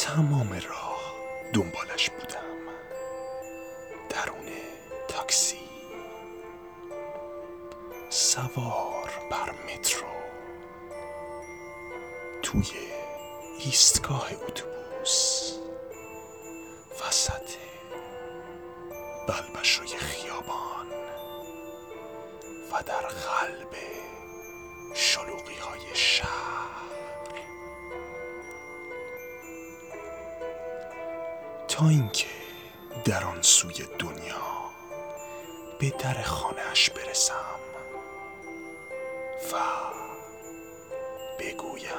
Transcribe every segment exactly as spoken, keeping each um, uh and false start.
تمام راه دنبالش بودم. درون تاکسی، سوار بر مترو، توی ایستگاه اتوبوس، وسط بلبشوی خیابان و در قلب شلوغی های شهر، تا اینکه در آن سوی دنیا به در خانه‌اش برسم و بگویم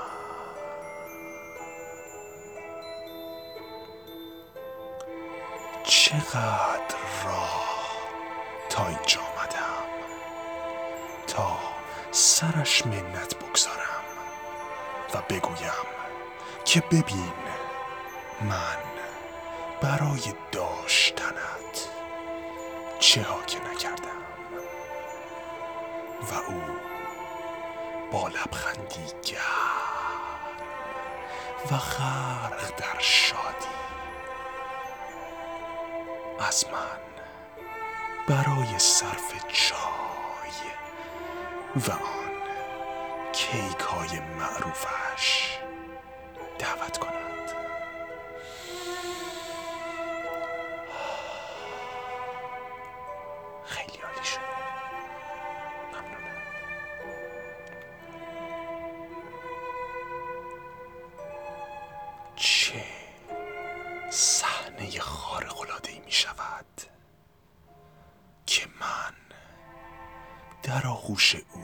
چقدر راه تا اینجا آمدم، تا سرش منت بگذارم و بگویم که ببین، من برای داشتنت چه ها که نکردم. و او با لبخندی گرم و غرق در شادی از من برای صرف چای و آن کیک های معروفش دعوت کند. خیلی عالی شد. ممنونم. چه صحنه خارق‌العاده‌ای می شود که من در آغوش او